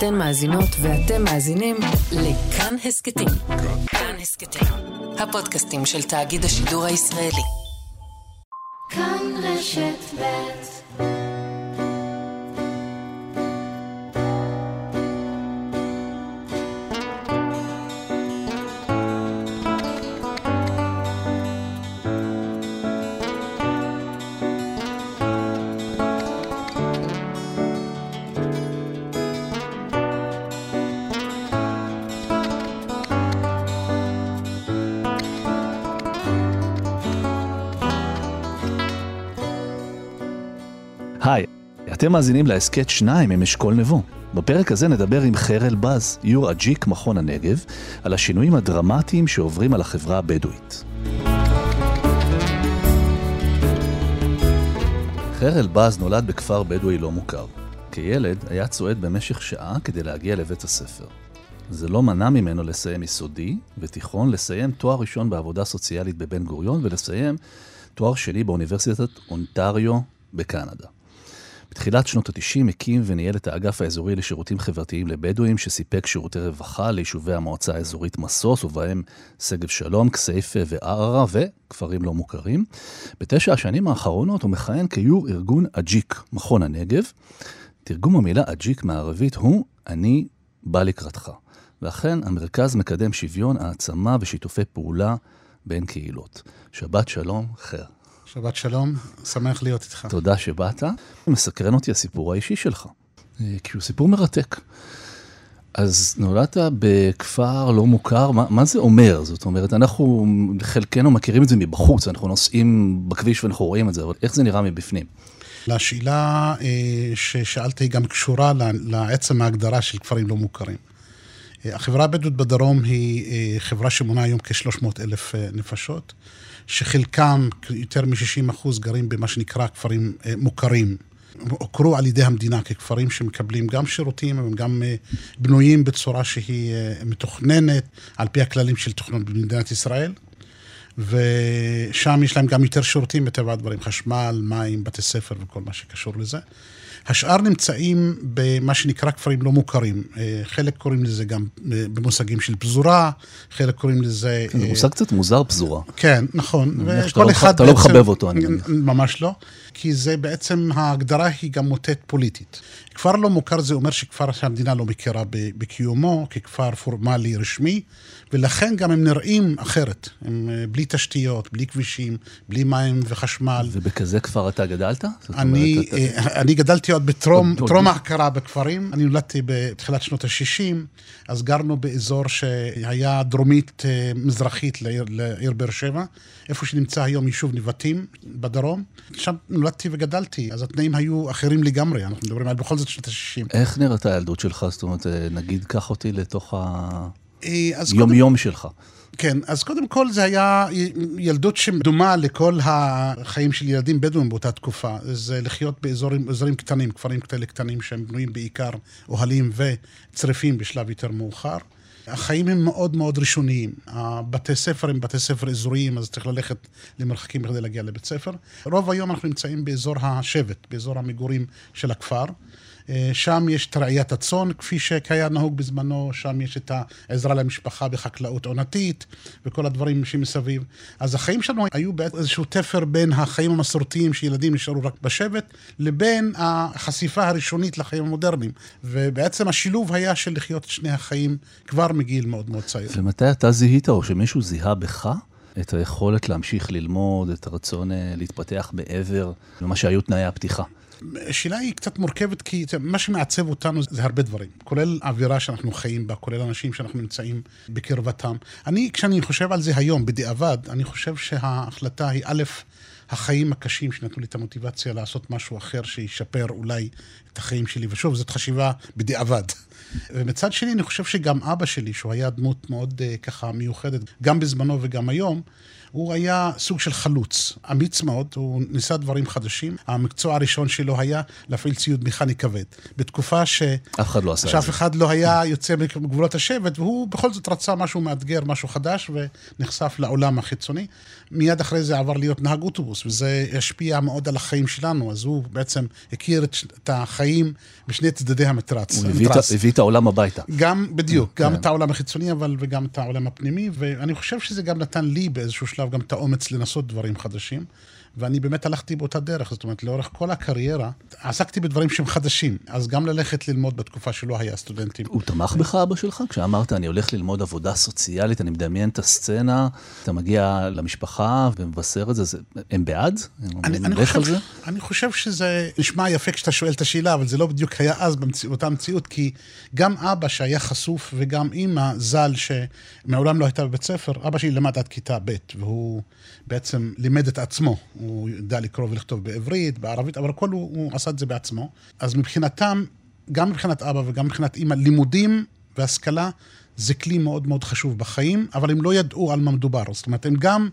אתן מאזינות ואתם מאזינים לכאן הסקטים. כאן הסקטים, הפודקאסטים של תאגיד השידור הישראלי. כאן רשת ב'. היי, אתם מאזינים להסקט 2 עם אשכול נבו. בפרק הזה נדבר עם חיר אלבז, יו"ר אג'יק מכון הנגב, על השינויים הדרמטיים שעוברים על החברה הבדואית. חיר אלבז נולד בכפר בדואי לא מוכר. כילד היה צועד במשך שעה כדי להגיע לבית הספר. זה לא מנע ממנו לסיים יסודי ותיכון, לסיים תואר ראשון בעבודה סוציאלית בבן גוריון ולסיים תואר שני באוניברסיטת אונטריו בקנדה. בתחילת שנות ה-90 הקים וניהל את האגף האזורי לשירותים חברתיים לבדואים, שסיפק שירותי רווחה ליישובי המועצה האזורית מסוס, ובהם שגב שלום, כסייפה וערערה וכפרים לא מוכרים. ב9 השנים האחרונות הוא מכהן כיו"ר ארגון אג'יק, מכון הנגב. תרגום המילה אג'יק מערבית הוא אני בא לקראתך. ואכן המרכז מקדם שוויון, העצמה ושיתופי פעולה בין קהילות. שבת שלום, חיר. שבת שלום, שמח להיות איתך. תודה שבאת. מסקרן אותי הסיפור האישי שלך, כי הוא סיפור מרתק. אז נולדת בכפר לא מוכר, מה זה אומר? זאת אומרת, אנחנו חלקנו מכירים את זה מבחוץ, אנחנו נוסעים בכביש ואנחנו רואים את זה, אבל איך זה נראה מבפנים? לשאלה ששאלת היא גם קשורה לעצם ההגדרה של כפרים לא מוכרים. החברה הבדואית בדרום היא חברה שמונה היום כ-300,000 נפשות, שחלקם יותר מ-60% גרים במה שנקרא כפרים מוכרים. הוכרו על ידי המדינה ככפרים שמקבלים גם שירותים, הם גם בנויים בצורה שהיא מתוכננת, על פי הכללים של תכנון במדינת ישראל. ושם יש להם גם יותר שירותים בטבע הדברים, חשמל, מים, בתי ספר וכל מה שקשור לזה. השאר נמצאים במה שנקרא כפרים לא מוכרים. חלק קוראים לזה גם במושגים של פזורה, חלק קוראים לזה... זה מושג קצת מוזר, פזורה. כן, נכון. אתה לא מחבב אותו, אני מניח. ממש לא, כי זה בעצם, ההגדרה היא גם מוטט פוליטית. כפר לא מוכר זה אומר שכפר שהמדינה לא מכירה בקיומו, ככפר פורמלי רשמי, ולכן גם הם נראים אחרת. הם בלי תשתיות, בלי כבישים, בלי מים וחשמל. ובכזה כפר אתה גדלת? אני גדלתי עוד בטרום ההכרה בכפרים. אני נולדתי בתחילת שנות ה-60, אז גרנו באזור שהיה דרומית מזרחית לעיר באר שבע, איפה שנמצא היום יישוב נבטים בדרום. שם נולדתי וגדלתי, אז התנאים היו אחרים לגמרי. אנחנו מדברים על בכל זאת שנות ה-60. איך נראית הילדות שלך? זאת אומרת, נגיד, קח אותי לתוך היום-יום שלך. כן, אז קודם כל זה היה ילדות שדומה לכל החיים של ילדים בדואים באותה תקופה. זה לחיות באזורים קטנים, כפרים כאלה קטנים שהם בנויים בעיקר אוהלים וצריפים בשלב יותר מאוחר. החיים הם מאוד מאוד ראשוניים. הבתי ספר הם בתי ספר אזוריים, אז צריך ללכת למרחקים כדי להגיע לבית ספר. רוב היום אנחנו נמצאים באזור השבט, באזור המגורים של הכפר. שם יש את רעיית הצאן, כפי שהיה נהוג בזמנו, שם יש את העזרה למשפחה בחקלאות עונתית, וכל הדברים שמסביב. אז החיים שלנו היו באיזשהו תפר בין החיים המסורתיים, שילדים נשארו רק בשבט, לבין החשיפה הראשונית לחיים המודרניים. ובעצם השילוב היה של לחיות את שני החיים כבר מגיל מאוד מאוד צעיר. ומתי אתה זיהית, או שמישהו זיהה בך, את היכולת להמשיך ללמוד, את הרצון להתפתח בעבר, ומה שהיו תנאי הפתיחה? השאלה היא קצת מורכבת, כי מה שמעצב אותנו זה הרבה דברים, כולל האווירה שאנחנו חיים בה, כולל אנשים שאנחנו נמצאים בקרבתם. כשאני חושב על זה היום, בדיעבד, אני חושב שההחלטה היא א', החיים הקשים שנתנו לי את המוטיבציה לעשות משהו אחר שישפר אולי את החיים שלי, ושוב, זאת חשיבה בדיעבד. ומצד שני, אני חושב שגם אבא שלי, שהוא היה דמות מאוד ככה מיוחדת, גם בזמנו וגם היום, הוא היה סוג של חלוץ, אמיץ מאוד, הוא ניסה דברים חדשים. המקצוע הראשון שלו היה להפעיל ציוד מכני כבד. בתקופה שאף אחד לא היה יוצא מגבולות השבט, והוא בכל זאת רצה משהו מאתגר, משהו חדש, ונחשף לעולם החיצוני. מיד אחרי זה עבר להיות נהג אוטובוס, וזה השפיע מאוד על החיים שלנו, אז הוא בעצם הכיר את החיים בשני צדדי המתרס. הוא הביא את העולם הביתה. גם, בדיוק, גם את העולם החיצוני, אבל וגם את העולם הפנימי, ואני חושב שזה גם נתן לי באיזשהו שלב גם את האומץ לנסות דברים חדשים, ואני באמת הלכתי באותה דרך, זאת אומרת, לאורך כל הקריירה, עסקתי בדברים שהם חדשים, אז גם ללכת ללמוד בתקופה שלא היה סטודנטים. הוא תמך בך, אבא שלך? כשאמרת, אני הולך ללמוד עבודה סוציאלית, אני מדמיין את הסצנה, אתה מגיע למשפחה ומבשר את זה, הם בעד? אני חושב שזה נשמע יפה כשאתה שואל את השאלה, אבל זה לא בדיוק היה אז באותה מציאות, כי גם אבא שהיה חשוף, וגם אמא ז"ל שמעולם לא הייתה בבית ספר, אבא שלי למד עד כיתה ב', והוא בעצם לימד את עצמו. הוא ידע לקרוא ולכתוב בעברית, בערבית, אבל הכל הוא עשה את זה בעצמו. אז מבחינתם, גם מבחינת אבא וגם מבחינת אמא, לימודים והשכלה זה כלי מאוד מאוד חשוב בחיים, אבל הם לא ידעו על מה מדובר. זאת אומרת, הם גם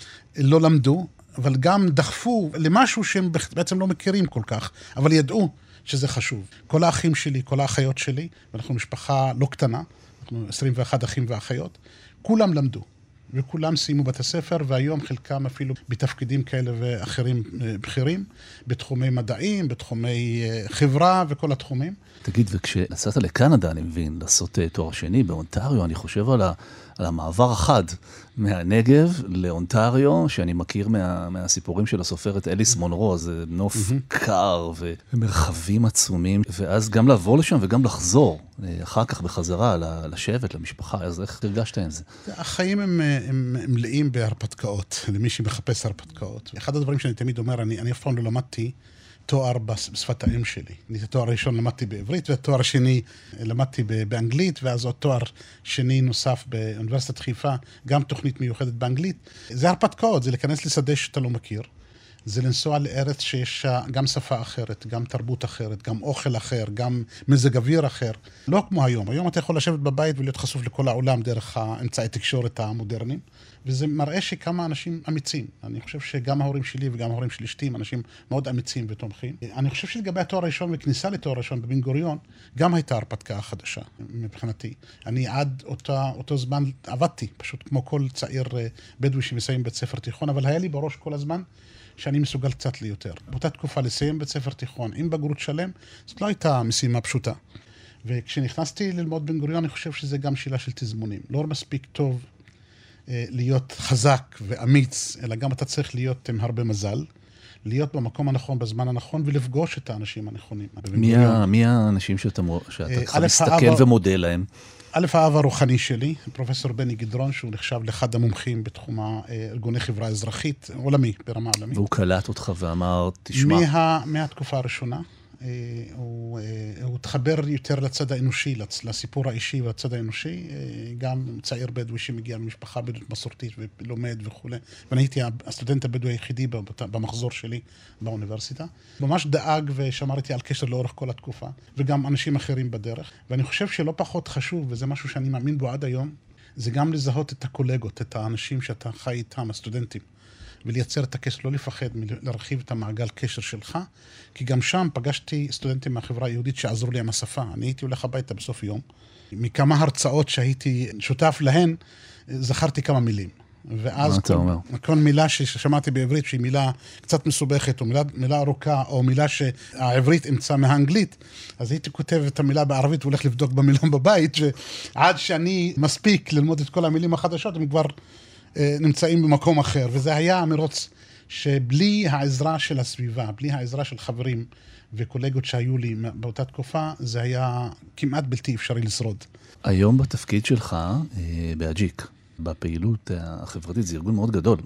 לא למדו, אבל גם דחפו למשהו שהם בעצם לא מכירים כל כך, אבל ידעו שזה חשוב. כל האחים שלי, כל האחיות שלי, ואנחנו משפחה לא קטנה, אנחנו 21 אחים ואחיות, כולם למדו. וכולם סיימו בית הספר, והיום חלקם אפילו בתפקידים כאלה ואחרים בכירים, בתחומי מדעים, בתחומי חברה וכל התחומים. תגיד, וכשנסעת לקנדה, אני מבין, לעשות תואר שני באונטריו, אני חושב על המעבר החד מהנגב לאונטריו, שאני מכיר מהסיפורים של הסופרת אליס מונרו, זה נוף קר ומרחבים עצומים, ואז גם לעבור לשם וגם לחזור, אחר כך בחזרה לשבט, למשפחה, אז איך הרגשת עם זה? החיים הם מלאים בהרפתקאות, למי שמחפש הרפתקאות. אחד הדברים שאני תמיד אומר, אני אף פעם לא למדתי תואר בשפת האם שלי. את התואר הראשון למדתי בעברית, והתואר השני למדתי באנגלית, ואז עוד תואר שני נוסף באוניברסיטת חיפה, גם תוכנית מיוחדת באנגלית. זה הרפתקאות, זה להיכנס לשדה שאתה לא מכיר. זה לנסוע לארץ שיש גם שפה אחרת, גם תרבות אחרת, גם אוכל אחר, גם מזג אוויר אחר. לא כמו היום. היום אתה יכול לשבת בבית ולהיות חשוף לכל העולם דרך האמצעי תקשורת המודרניים, וזה מראה שכמה אנשים אמיצים. אני חושב שגם ההורים שלי וגם ההורים של אשתי הם אנשים מאוד אמיצים ותומכים. אני חושב שלגבי התואר הראשון וכניסה לתואר הראשון בבן גוריון, גם הייתה הרפתקה חדשה מבחינתי. אני עד אותו זמן עבדתי, פשוט כמו כל צעיר בדואי שמסיים בית ספר תיכון, אבל היה לי בראש כל הזמן שאני מסוגל קצת ליותר. באותה תקופה לסיים בית ספר תיכון עם בגרות שלם, זאת לא הייתה משימה פשוטה. וכשנכנסתי ללמוד בן גוריון, אני חושב שזה גם שאלה של תזמונים. לא מספיק טוב להיות חזק ואמיץ, אלא גם אתה צריך להיות עם הרבה מזל, להיות במקום הנכון, בזמן הנכון, ולפגוש את האנשים הנכונים. מי האנשים שאתה מסתכל ומודה להם? א', האב הרוחני שלי, פרופסור בני גדרון, שהוא נחשב לאחד המומחים בתחום ארגוני חברה אזרחית, עולמי, ברמה עולמית. והוא קלט אותך ואמר, תשמע. מהתקופה הראשונה, הוא התחבר יותר לצד האנושי, לסיפור האישי והצד האנושי, גם צעיר בדואי שמגיע ממשפחה בדואית מסורתית ולומד וכו'. ואני הייתי הסטודנט הבדואי היחידי במחזור שלי באוניברסיטה. ממש דאג ושמר איתי על קשר לאורך כל התקופה, וגם אנשים אחרים בדרך. ואני חושב שלא פחות חשוב, וזה משהו שאני מאמין בו עד היום, זה גם לזהות את הקולגות, את האנשים שאתה חי איתם, הסטודנטים. ולייצר את הקשר, לא לפחד להרחיב את המעגל קשר שלך, כי גם שם פגשתי סטודנטים מהחברה היהודית שעזרו לי עם השפה. אני הייתי הולך הביתה בסוף יום, מכמה הרצאות שהייתי שותף להן, זכרתי כמה מילים. ואז כל מילה ששמעתי בעברית, שהיא מילה קצת מסובכת, או מילה ארוכה, או מילה שהעברית אמצא מהאנגלית, אז הייתי כותב את המילה בערבית, והולך לבדוק במילון בבית, שעד שאני מספיק ללמוד את כל המילים החדשות, הם כבר נמצאים במקום אחר, וזה היה מרוץ שבלי העזרה של הסביבה, בלי העזרה של חברים וקולגות שהיו לי באותה תקופה, זה היה כמעט בלתי אפשרי לשרוד. היום בתפקיד שלך באג'יק, בפעילות החברתית, זה ארגון מאוד גדול,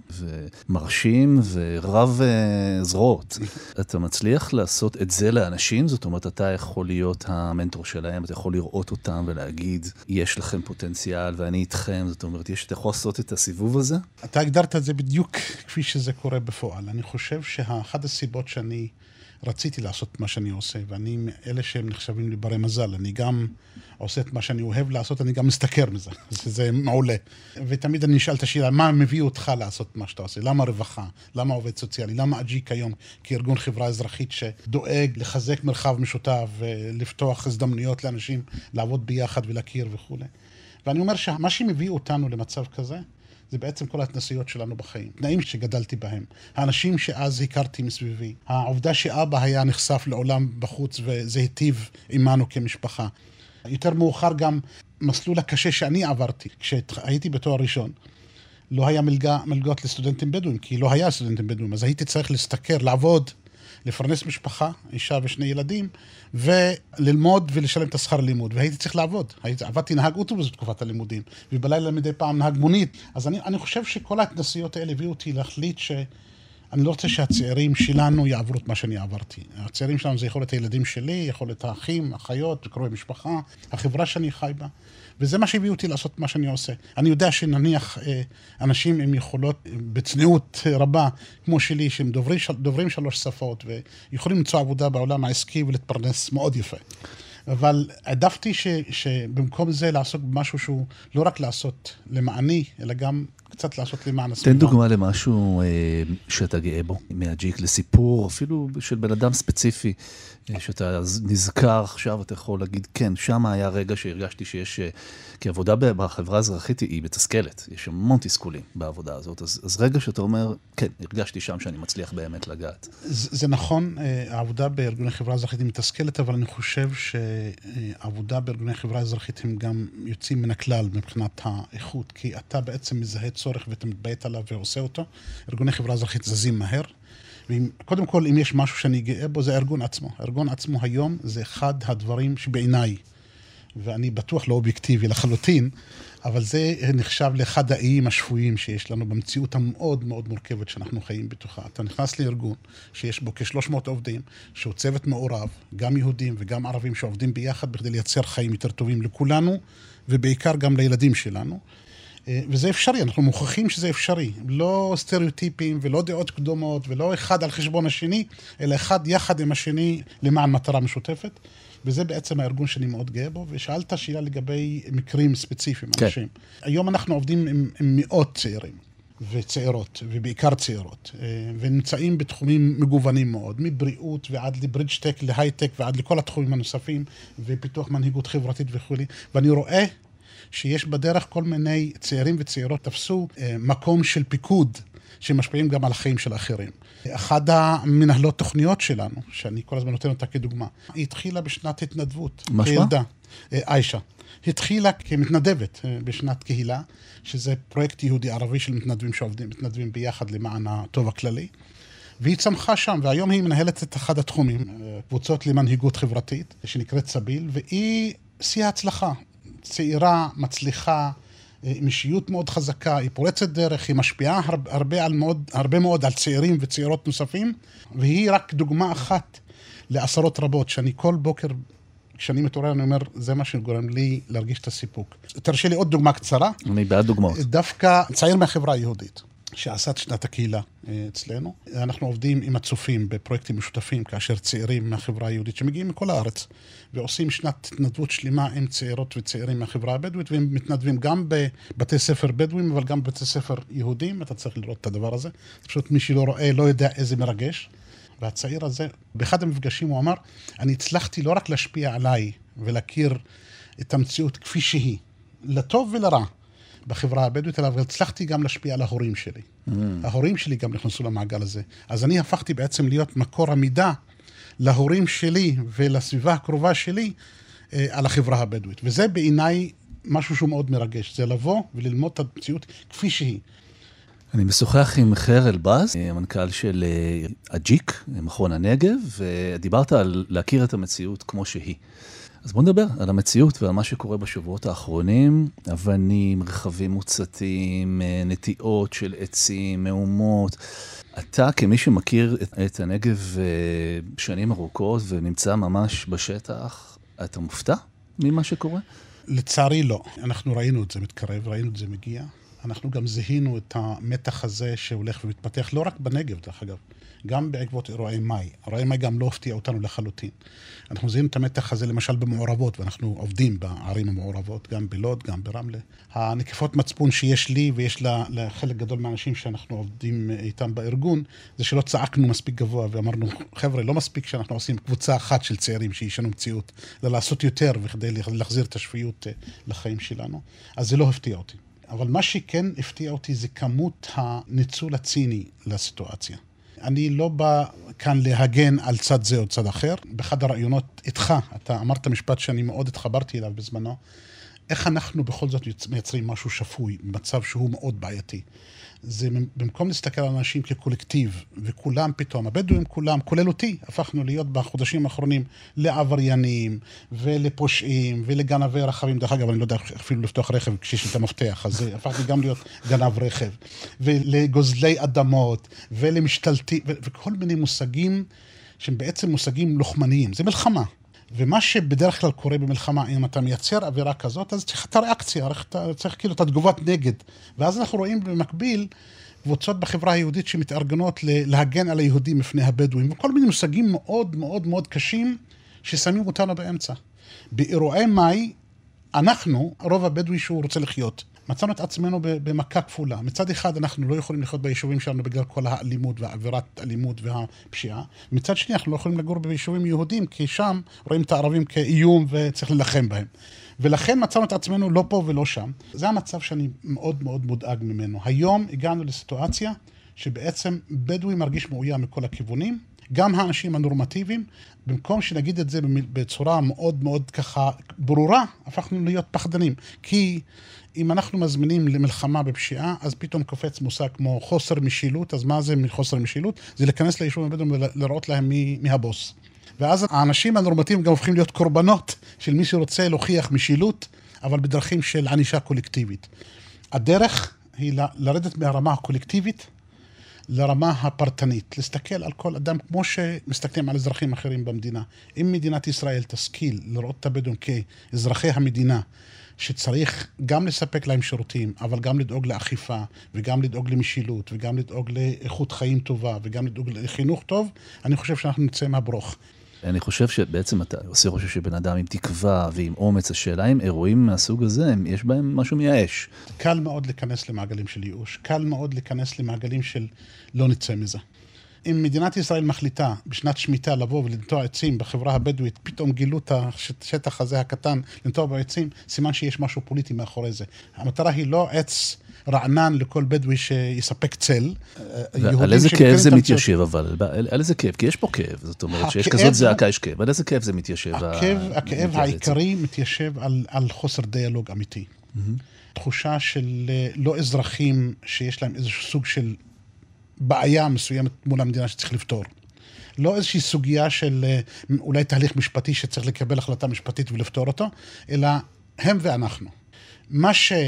ומרשים ורב זרועות. אתה מצליח לעשות את זה לאנשים? זאת אומרת, אתה יכול להיות המנטור שלהם, אתה יכול לראות אותם ולהגיד, יש לכם פוטנציאל ואני איתכם, זאת אומרת, אתה יכול לעשות את הסיבוב הזה? אתה הגדרת את זה בדיוק כפי שזה קורה בפועל. אני חושב שאחת הסיבות שאני רציתי לעשות מה שאני עושה, ואני אלה שהם נחשבים לי ברי מזל, אני גם עושה את מה שאני אוהב לעשות, אני גם מסתכר מזה, זה מעולה. ותמיד אני נשאל את השאלה, מה מביא אותך לעשות מה שאתה עושה? למה רווחה? למה עובד סוציאלי? למה אג'יק היום כארגון חברה אזרחית שדואג לחזק מרחב משותף ולפתוח הזדמנויות לאנשים לעבוד ביחד ולהכיר וכו'. ואני אומר שמה שמביא אותנו למצב כזה, זה בעצם כל ההתנסויות שלנו בחיים. תנאים שגדלתי בהם. האנשים שאז הכרתי מסביבי. העובדה שאבא היה נחשף לעולם בחוץ וזה היטיב עמנו כמשפחה. יותר מאוחר גם מסלול הקשה שאני עברתי, כשהייתי בתואר ראשון, לא היה מלגות לסטודנטים בדואים, כי לא היה סטודנטים בדואים, אז הייתי צריך להשתכר, לעבוד, לפרנס משפחה, אישה ושני ילדים, וללמוד ולשלם את השכר לימוד, והייתי צריך לעבוד. עבדתי נהג אוטובוס בתקופת הלימודים, ובלילה מדי פעם נהג מונית. אז אני חושב שכל ההתנסויות האלה הביאו אותי להחליט אני לא רוצה שהצעירים שלנו יעברו את מה שאני עברתי. הצעירים שלנו זה יכול להיות הילדים שלי, יכול להיות האחים, האחיות, קרובי משפחה, החברה שאני חי בה. וזה מה שהביא אותי לעשות מה שאני עושה. אני יודע שנניח אנשים עם יכולות בצניעות רבה, כמו שלי, שהם דוברים 3 שפות, ויכולים למצוא עבודה בעולם העסקי ולהתפרנס מאוד יפה. אבל העדפתי שבמקום זה לעסוק במשהו שהוא לא רק לעשות למעני, אלא גם קצת לעשות למען הסביבה. תן דוגמה למשהו שאתה גאה בו, מהג'יק, לסיפור, אפילו של בן אדם ספציפי, שאתה נזכר עכשיו, אתה יכול להגיד, כן, שם היה רגע שהרגשתי שיש, כי עבודה בחברה האזרחית היא מתסכלת, יש המון תסכולים בעבודה הזאת, אז רגע שאתה אומר, כן, הרגשתי שם שאני מצליח באמת לגעת. זה נכון, העבודה בארגוני חברה אזרחית היא מתסכלת, אבל אני חושב שהעבודה בארגוני חברה אזרחית הם גם יוצאים מן הכלל מבחינת האיכות, כי אתה בעצם מזהה צורך ואתה מתבייט עליו ועושה אותו. ארגוני חברה אזרחית זזים מהר. קודם כל, אם יש משהו שאני גאה בו, זה הארגון עצמו. הארגון עצמו היום זה אחד הדברים שבעיניי, ואני בטוח לא אובייקטיבי לחלוטין, אבל זה נחשב לאחד האיים השפויים שיש לנו במציאות המאוד מאוד מורכבת שאנחנו חיים בתוכה. אתה נכנס לארגון שיש בו כ-300 עובדים, שהוא צוות מעורב, גם יהודים וגם ערבים שעובדים ביחד בכדי לייצר חיים יותר טובים לכולנו, ובעיקר גם לילדים שלנו. וזה אפשרי, אנחנו מוכיחים שזה אפשרי. לא סטריאוטיפים ולא דעות קדומות ולא אחד על חשבון השני, אלא אחד יחד עם השני למען מטרה משותפת. וזה בעצם הארגון שאני מאוד גאה בו, ושאלת שאלה לגבי מקרים ספציפיים. כן. אנשים. היום אנחנו עובדים עם מאות צעירים וצעירות, ובעיקר צעירות, ונמצאים בתחומים מגוונים מאוד, מבריאות ועד לברידג'טק, להייטק ועד לכל התחומים הנוספים, ופיתוח מנהיגות חברתית וכו'. ואני רואה שיש בדרך כל מיני צעירים וצעירות תפסו מקום של פיקוד, שמשפיעים גם על החיים של האחרים. אחד המנהלות תוכניות שלנו, שאני כל הזמן נותן אותה כדוגמה, היא התחילה בשנת התנדבות. מה שמה? איישה. התחילה כמתנדבת בשנת קהילה, שזה פרויקט יהודי-ערבי של מתנדבים שעובדים, מתנדבים ביחד למען הטוב הכללי. והיא צמחה שם, והיום היא מנהלת את אחד התחומים, קבוצות למנהיגות חברתית, שנקראת סביל, והיא שיא ההצלחה. צעירה, מצליחה, עם אישיות מאוד חזקה, היא פורצת דרך, היא משפיעה הרבה מאוד על צעירים וצעירות נוספים, והיא רק דוגמה אחת לעשרות רבות, שאני כל בוקר, כשאני מתעורר, אני אומר, זה מה שגורם לי להרגיש את הסיפוק. תרשה לי עוד דוגמה קצרה. אני בעד דוגמאות. דווקא צעיר מהחברה היהודית, שעשה את שנת הקהילה אצלנו. אנחנו עובדים עם הצופים בפרויקטים משותפים, כאשר צעירים מהחברה היהודית שמגיעים מכל הארץ, ועושים שנת התנדבות שלמה עם צעירות וצעירים מהחברה הבדואית, והם מתנדבים גם בבתי ספר בדואים, אבל גם בבתי ספר יהודים. אתה צריך לראות את הדבר הזה. פשוט מי שלא רואה, לא יודע איזה מרגש. והצעיר הזה, באחד המפגשים הוא אמר, אני הצלחתי לא רק להשפיע עליי ולהכיר את המציאות כפי שהיא, לטוב ולרע, בחברה הבדואית, אבל הצלחתי גם להשפיע על ההורים שלי. ההורים שלי גם נכנסו למעגל הזה. אז אני הפכתי בעצם להיות מקור המידע להורים שלי ולסביבה הקרובה שלי על החברה הבדואית. וזה בעיניי משהו שהוא מאוד מרגש. זה לבוא וללמוד את המציאות כפי שהיא. אני משוחח עם חיר אלבאז, המנכ"ל של הג'יק, מכון הנגב, ודיברת על להכיר את המציאות כמו שהיא. אז בוא נדבר על המציאות ועל מה שקורה בשבועות האחרונים, אבנים, רכבים מוצתים, נטיעות של עצים, מהומות. אתה כמי שמכיר את הנגב שנים ארוכות ונמצא ממש בשטח, אתה מופתע ממה שקורה? לצערי לא. אנחנו ראינו את זה מתקרב, ראינו את זה מגיע. אנחנו גם זיהינו את המתח הזה שהולך ומתפתח, לא רק בנגב, דרך אגב, גם בעקבות אירועי מאי. אירועי מאי גם לא הפתיע אותנו לחלוטין. אנחנו זיהינו את המתח הזה למשל במעורבות, ואנחנו עובדים בערים המעורבות, גם בלוד, גם ברמלה. הנקיפות מצפון שיש לי ויש לחלק גדול מהאנשים שאנחנו עובדים איתם בארגון, זה שלא צעקנו מספיק גבוה ואמרנו, חבר'ה, לא מספיק שאנחנו עושים קבוצה אחת של צעירים שישנו מציאות, אלא לעשות יותר וכדי להחזיר את השפיות לחיים שלנו. אז זה לא הפתיע אותי. אבל מה שכן הפתיע אותי זה כמות הניצול הציני לסיטואציה. אני לא בא כאן להגן על צד זה או צד אחר. באחד הרעיונות איתך, אתה אמרת משפט שאני מאוד התחברתי אליו בזמנו, איך אנחנו בכל זאת מייצרים משהו שפוי, במצב שהוא מאוד בעייתי. זה במקום להסתכל על אנשים כקולקטיב, וכולם פתאום, הבדואים כולם, כולל אותי, הפכנו להיות בחודשים האחרונים לעבריינים, ולפושעים, ולגנבי רכבים. דרך אגב, אני לא יודע אפילו לפתוח רכב כשיש את המפתח, אז הפכתי גם להיות גנב רכב, ולגוזלי אדמות, ולמשתלטים, וכל מיני מושגים, שהם בעצם מושגים לוחמניים. זה מלחמה. ומה שבדרך כלל קורה במלחמה, אם אתה מייצר אווירה כזאת, אז צריך את הריאקציה, צריך כאילו את התגובת נגד. ואז אנחנו רואים במקביל קבוצות בחברה היהודית שמתארגנות להגן על היהודים מפני הבדואים, וכל מיני מושגים מאוד מאוד מאוד קשים ששמים אותנו באמצע. באירועי מאי, אנחנו, הרוב הבדואי שהוא רוצה לחיות, מצאנו את עצמנו במכה כפולה. מצד אחד אנחנו לא יכולים לחיות ביישובים שלנו בגלל כל האלימות והעבירת אלימות והפשיעה. מצד שני אנחנו לא יכולים לגור ביישובים יהודים, כי שם רואים את הערבים כאיום וצריך ללחם בהם. ולכן מצאנו את עצמנו לא פה ולא שם. זה המצב שאני מאוד מאוד מודאג ממנו. היום הגענו לסיטואציה שבעצם בדואי מרגיש מאוים מכל הכיוונים, גם האנשים הנורמטיביים, במקום שנגיד את זה בצורה מאוד מאוד ככה ברורה, הפכנו להיות פחדנים. כי אם אנחנו מזמינים למלחמה בפשיעה, אז פתאום קופץ מושג כמו חוסר משילות. אז מה זה חוסר משילות? זה להיכנס ליישובים הבדואים ולראות להם מי הבוס. ואז האנשים הנורמטיביים גם הופכים להיות קורבנות של מי שרוצה להוכיח משילות, אבל בדרכים של ענישה קולקטיבית. הדרך היא לרדת מהרמה הקולקטיבית לרמה הפרטנית, להסתכל על כל אדם כמו שמסתכלים על אזרחים אחרים במדינה. אם מדינת ישראל תשכיל לראות את הבדואים כאזרחי המדינה, שצריך גם לספק להם שירותים, אבל גם לדאוג לאכיפה, וגם לדאוג למשילות, וגם לדאוג לאיכות חיים טובה, וגם לדאוג לחינוך טוב, אני חושב שאנחנו נצא מהברוך. אני חושב שבעצם אתה עושה רושם שבן אדם עם תקווה ועם אומץ. השאלה אם אירועים מהסוג הזה, יש בהם משהו מייאש. קל מאוד להיכנס למעגלים של ייאוש, קל מאוד להיכנס למעגלים של לא נצא מזה. אם מדינת ישראל מחליטה בשנת שמיטה לבוא ולנטוע עצים בחברה הבדואית, פתאום גילו את השטח הזה הקטן לנטוע בעצים, סימן שיש משהו פוליטי מאחורי זה. המטרה היא לא עץ רענן לכל בדואי שיספק צל. על איזה כאב זה מתיישב אבל? על איזה כאב? כי יש פה כאב. זאת אומרת שיש כזאת זעקה, יש כאב. על איזה כאב זה מתיישב? הכאב העיקרי מתיישב על חוסר דיאלוג אמיתי. תחושה של לא אזרחים שיש להם איזשהו סוג של בעיה מסוימת מול המדינה שצריך לפתור. לא איזושהי סוגיה של אולי תהליך משפטי שצריך לקבל החלטה משפטית ולפתור אותו, אלא הם ואנחנו. מה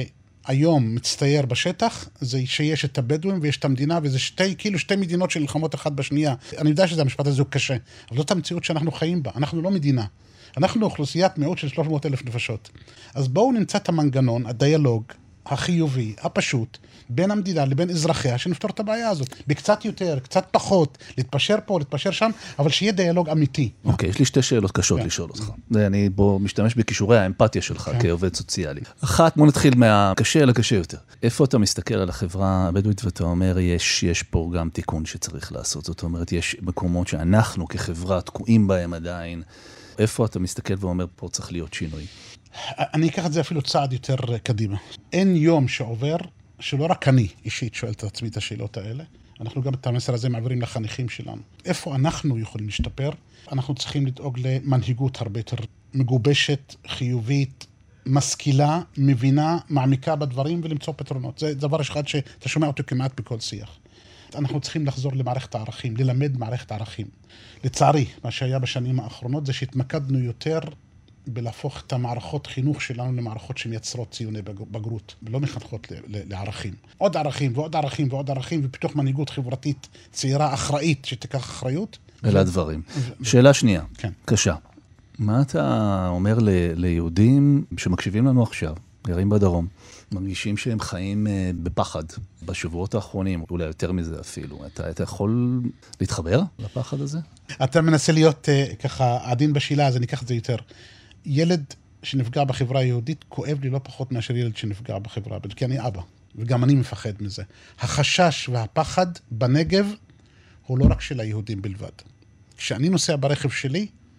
שהיום מצטייר בשטח זה שיש את הבדואים ויש את המדינה, וזה כאילו שתי מדינות שנלחמות אחת בשנייה. אני יודע שזה המשפט הזה הוא קשה, אבל זאת המציאות שאנחנו חיים בה. אנחנו לא מדינה. אנחנו אוכלוסיית מיעוט של 300,000 נפשות. אז בואו נמצא את המנגנון, הדיאלוג, החיובי, הפשוט, בין המדינה לבין אזרחיה, שנפתור את הבעיה הזאת. בקצת יותר, קצת פחות, להתפשר פה, להתפשר שם, אבל שיהיה דיאלוג אמיתי. אוקיי, יש לי שתי שאלות קשות לשאול אותך. אני בוא משתמש בכישורי האמפתיה שלך כעובד סוציאלי. אחת, בוא נתחיל מהקשה לקשה יותר. איפה אתה מסתכל על החברה הבדואית ואתה אומר, יש פה גם תיקון שצריך לעשות. זאת אומרת, יש מקומות שאנחנו כחברה תקועים בהם עדיין. איפה אתה מסתכל ואומר, פה צריך להיות שינוי? אני אקח את זה אפילו צעד יותר קדימה. אין יום שעובר שלא רק אני אישית שואל את עצמי את השאלות האלה, אנחנו גם את המסר הזה מעבירים לחניכים שלנו. איפה אנחנו יכולים להשתפר? אנחנו צריכים לדאוג למנהיגות הרבה יותר מגובשת, חיובית, משכילה, מבינה, מעמיקה בדברים ולמצוא פתרונות. זה דבר אחד שאתה שומע אותו כמעט בכל שיח. אנחנו צריכים לחזור למערכת הערכים, ללמד מערכת הערכים. לצערי, מה שהיה בשנים האחרונות זה שהתמקדנו יותר בלהפוך את המערכות חינוך שלנו למערכות שמייצרות ציוני בגרות, ולא מחנכות לערכים. עוד ערכים ועוד ערכים ועוד ערכים, ופתאום מנהיגות חברתית צעירה אחראית שתיקח אחריות. אלה הדברים. שאלה שנייה, קשה. מה אתה אומר ליהודים שמקשיבים לנו עכשיו, גרים בדרום, מרגישים שהם חיים בפחד בשבועות האחרונים, אולי יותר מזה אפילו. אתה יכול להתחבר לפחד הזה? אתה מנסה להיות ככה עדין בשאלה, אז אני אקח את זה יותר. ילד שנפגע בחברה היהודית כואב לי לא פחות מאשר ילד שנפגע בחברה הבדואית, כי אני אבא, וגם אני מפחד מזה. החשש והפחד בנגב הוא לא רק של היהודים בלבד. כשאני נוסע ברכב שלי,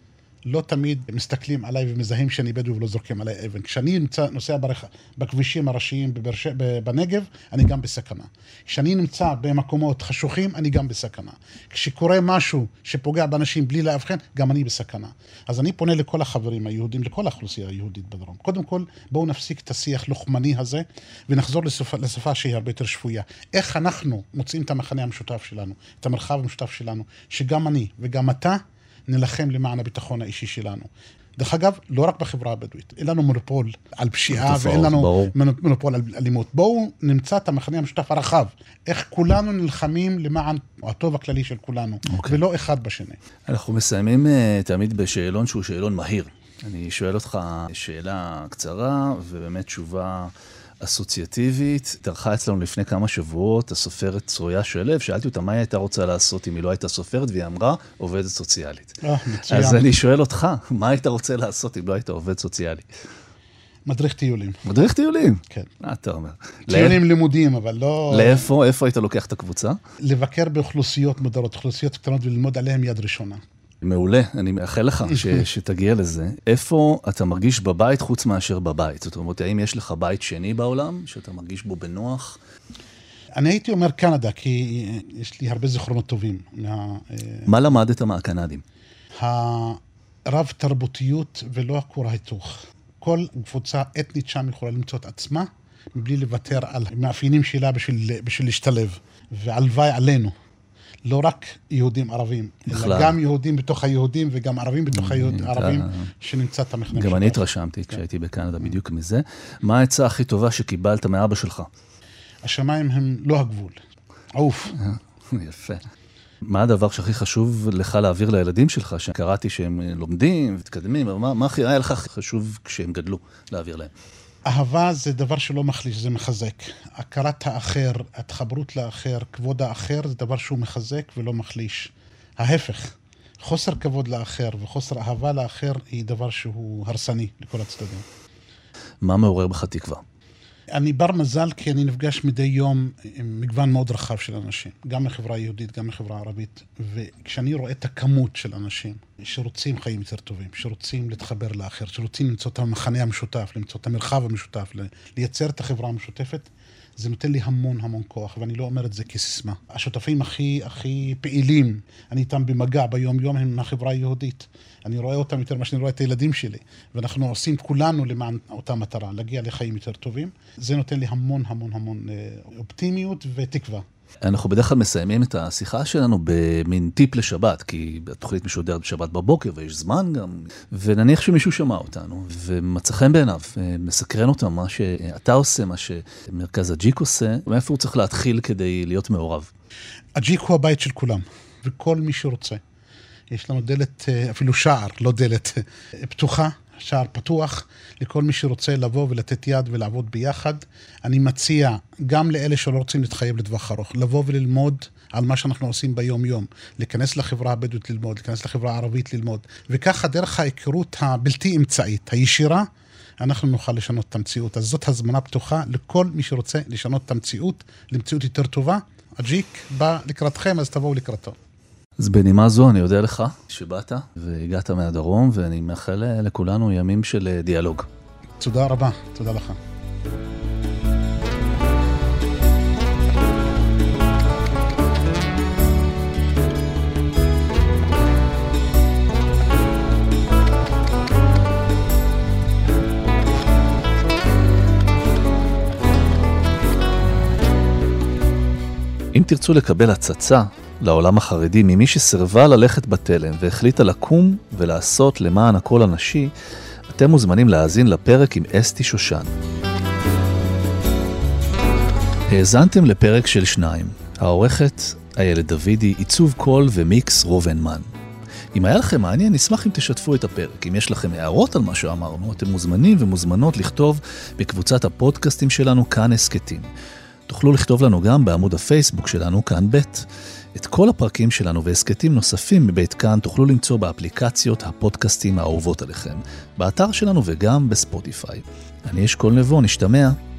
לא תמיד מסתכלים עליי ומזהים שאני בדואי ולא זורקים עליי אבן. כשאני נוסע בכבישים הראשיים בנגב, אני גם בסכנה. כשאני נמצא במקומות חשוכים, אני גם בסכנה. כשקורה משהו שפוגע באנשים בלי להבחן, גם אני בסכנה. אז אני פונה לכל החברים היהודים, לכל האוכלוסייה היהודית בדרום. קודם כל, בואו נפסיק את השיח לוחמני הזה, ונחזור לשפה שהיא הרבה יותר שפויה. איך אנחנו מוצאים את המחנה המשותף שלנו, את המרחב המשותף שלנו, שגם אני וגם אתה נלחם למען הביטחון האישי שלנו. דרך אגב, לא רק בחברה הבדואית, אין לנו מונופול על פשיעה ואין לנו מונופול על אלימות. בואו נמצא את המחנה המשותף הרחב, איך כולנו נלחמים למען הטוב הכללי של כולנו, ולא אחד בשני. אנחנו מסיימים תמיד בשאלון שהוא שאלון מהיר. אני שואל אותך שאלה קצרה ובאמת תשובה אסוציאטיבית. התארחה אצלנו לפני כמה שבועות הסופרת צרויה שלו, שאלתי אותה מה היא הייתה רוצה לעשות אם היא לא הייתה סופרת, והיא אמרה עובדת סוציאלית. מצוין. אז אני שואל אותך, מה היית רוצה לעשות אם לא היית עובד סוציאלי? מדריך טיולים. מדריך טיולים? כן. מה אתה אומר? טיולים לימודיים, אבל לא... איפה היית לוקח את הקבוצה? לבקר באוכלוסיות מודרות, אוכלוסיות קטנות וללמוד עליהן יד ראשונה. מעולה, אני מאחל לך שתגיע לזה. איפה אתה מרגיש בבית חוץ מאשר בבית? זאת אומרת, האם יש לך בית שני בעולם שאתה מרגיש בו בנוח? אני הייתי אומר קנדה, כי יש לי הרבה זיכרונות טובים. מה למדת מהקנדים? הרב תרבותיות ולא הכור ההיתוך. כל קבוצה אתנית שם יכולה למצוא את עצמה, מבלי לוותר על המאפיינים שלה בשביל להשתלב. והלוואי עלינו. לא רק יהודים ערבים, אלא גם יהודים בתוך היהודים, וגם ערבים בתוך הערבים, שנמצא את המחנה. גם אני התרשמתי כשהייתי בקנדה בדיוק מזה. מה העצה הכי טובה שקיבלת מאבא שלך? השמיים הם לא הגבול. עוף. יפה. מה הדבר שהכי חשוב לך להעביר לילדים שלך, שקראתי שהם לומדים ומתקדמים, מה הכי היה לך חשוב כשהם גדלו להעביר להם? אהבה זה דבר שלא מחליש, זה מחזק. הכרת האחר, התחברות לאחר, כבוד האחר, זה דבר שהוא מחזק ולא מחליש. ההפך, חוסר כבוד לאחר וחוסר אהבה לאחר היא דבר שהוא הרסני לכל הצדדים. מה מעורר בך תקווה? אני בר מזל כי אני נפגש מדי יום עם מגוון מאוד רחב של אנשים, גם מחברה יהודית, גם מחברה ערבית, וכשאני רואה את הכמות של אנשים שרוצים חיים יותר טובים, שרוצים להתחבר לאחר, שרוצים למצוא את המחנה המשותף, למצוא את המרחב המשותף, לייצר את החברה המשותפת, זה נותן לי המון המון כוח, ואני לא אומר את זה כסיסמה. השותפים הכי פעילים, אני איתם במגע ביום יום, הם מהחברה היהודית. אני רואה אותם יותר מה שאני רואה את הילדים שלי, ואנחנו עושים כולנו למען אותה מטרה, להגיע לחיים יותר טובים. זה נותן לי המון המון המון אופטימיות ותקווה. אנחנו בדרך כלל מסיימים את השיחה שלנו במין טיפ לשבת, כי התוכנית משודרת בשבת בבוקר ויש זמן גם, ונניח שמישהו שמע אותנו ומצא חן בעיניו, מסקרן אותם מה שאתה עושה, מה שמרכז הג'יק עושה, מאיפה הוא צריך להתחיל כדי להיות מעורב? הג'יק הוא הבית של כולם, וכל מי שרוצה. יש לנו דלת, אפילו שער, לא דלת, פתוחה, שער פתוח, לכל מי שרוצה לבוא ולתת יד ולעבוד ביחד. אני מציע גם לאלה שלא רוצים להתחייב לטווח ארוך, לבוא וללמוד על מה שאנחנו עושים ביום יום, להיכנס לחברה הבדואית ללמוד, להיכנס לחברה הערבית ללמוד, וככה דרך ההיכרות הבלתי אמצעית, הישירה, אנחנו נוכל לשנות את המציאות. אז זאת הזמנה פתוחה לכל מי שרוצה לשנות את המציאות, למציאות יותר טובה. הג'יק בא לקראתכם, אז תבואו לקראתו. אז בנימה זו אני יודע לך שבאת והגעת מהדרום, ואני מאחל לכולנו ימים של דיאלוג. תודה רבה, תודה לך. אם תרצו לקבל הצצה לעולם החרדי ממי שסרבה ללכת בתלם והחליטה לקום ולעשות למען הקול הנשי, אתם מוזמנים להאזין לפרק עם אסתי שושן. האזנתם לפרק של 2, העורכת איילת דוידי, עיצוב קול ומיקס רובנמן. אם היה לכם מעניין, נשמח אם תשתפו את הפרק. אם יש לכם הערות על מה שאמרנו, אתם מוזמנים ומוזמנות לכתוב בקבוצת הפודקאסטים שלנו כאן הסקטים. תוכלו לכתוב לנו גם בעמוד הפייסבוק שלנו כאן בית. את כל הפרקים שלנו והסקטים נוספים מבית כאן תוכלו למצוא באפליקציות הפודקאסטים האהובות עליכם, באתר שלנו וגם בספוטיפיי. אני אשכול נבו, נשתמע.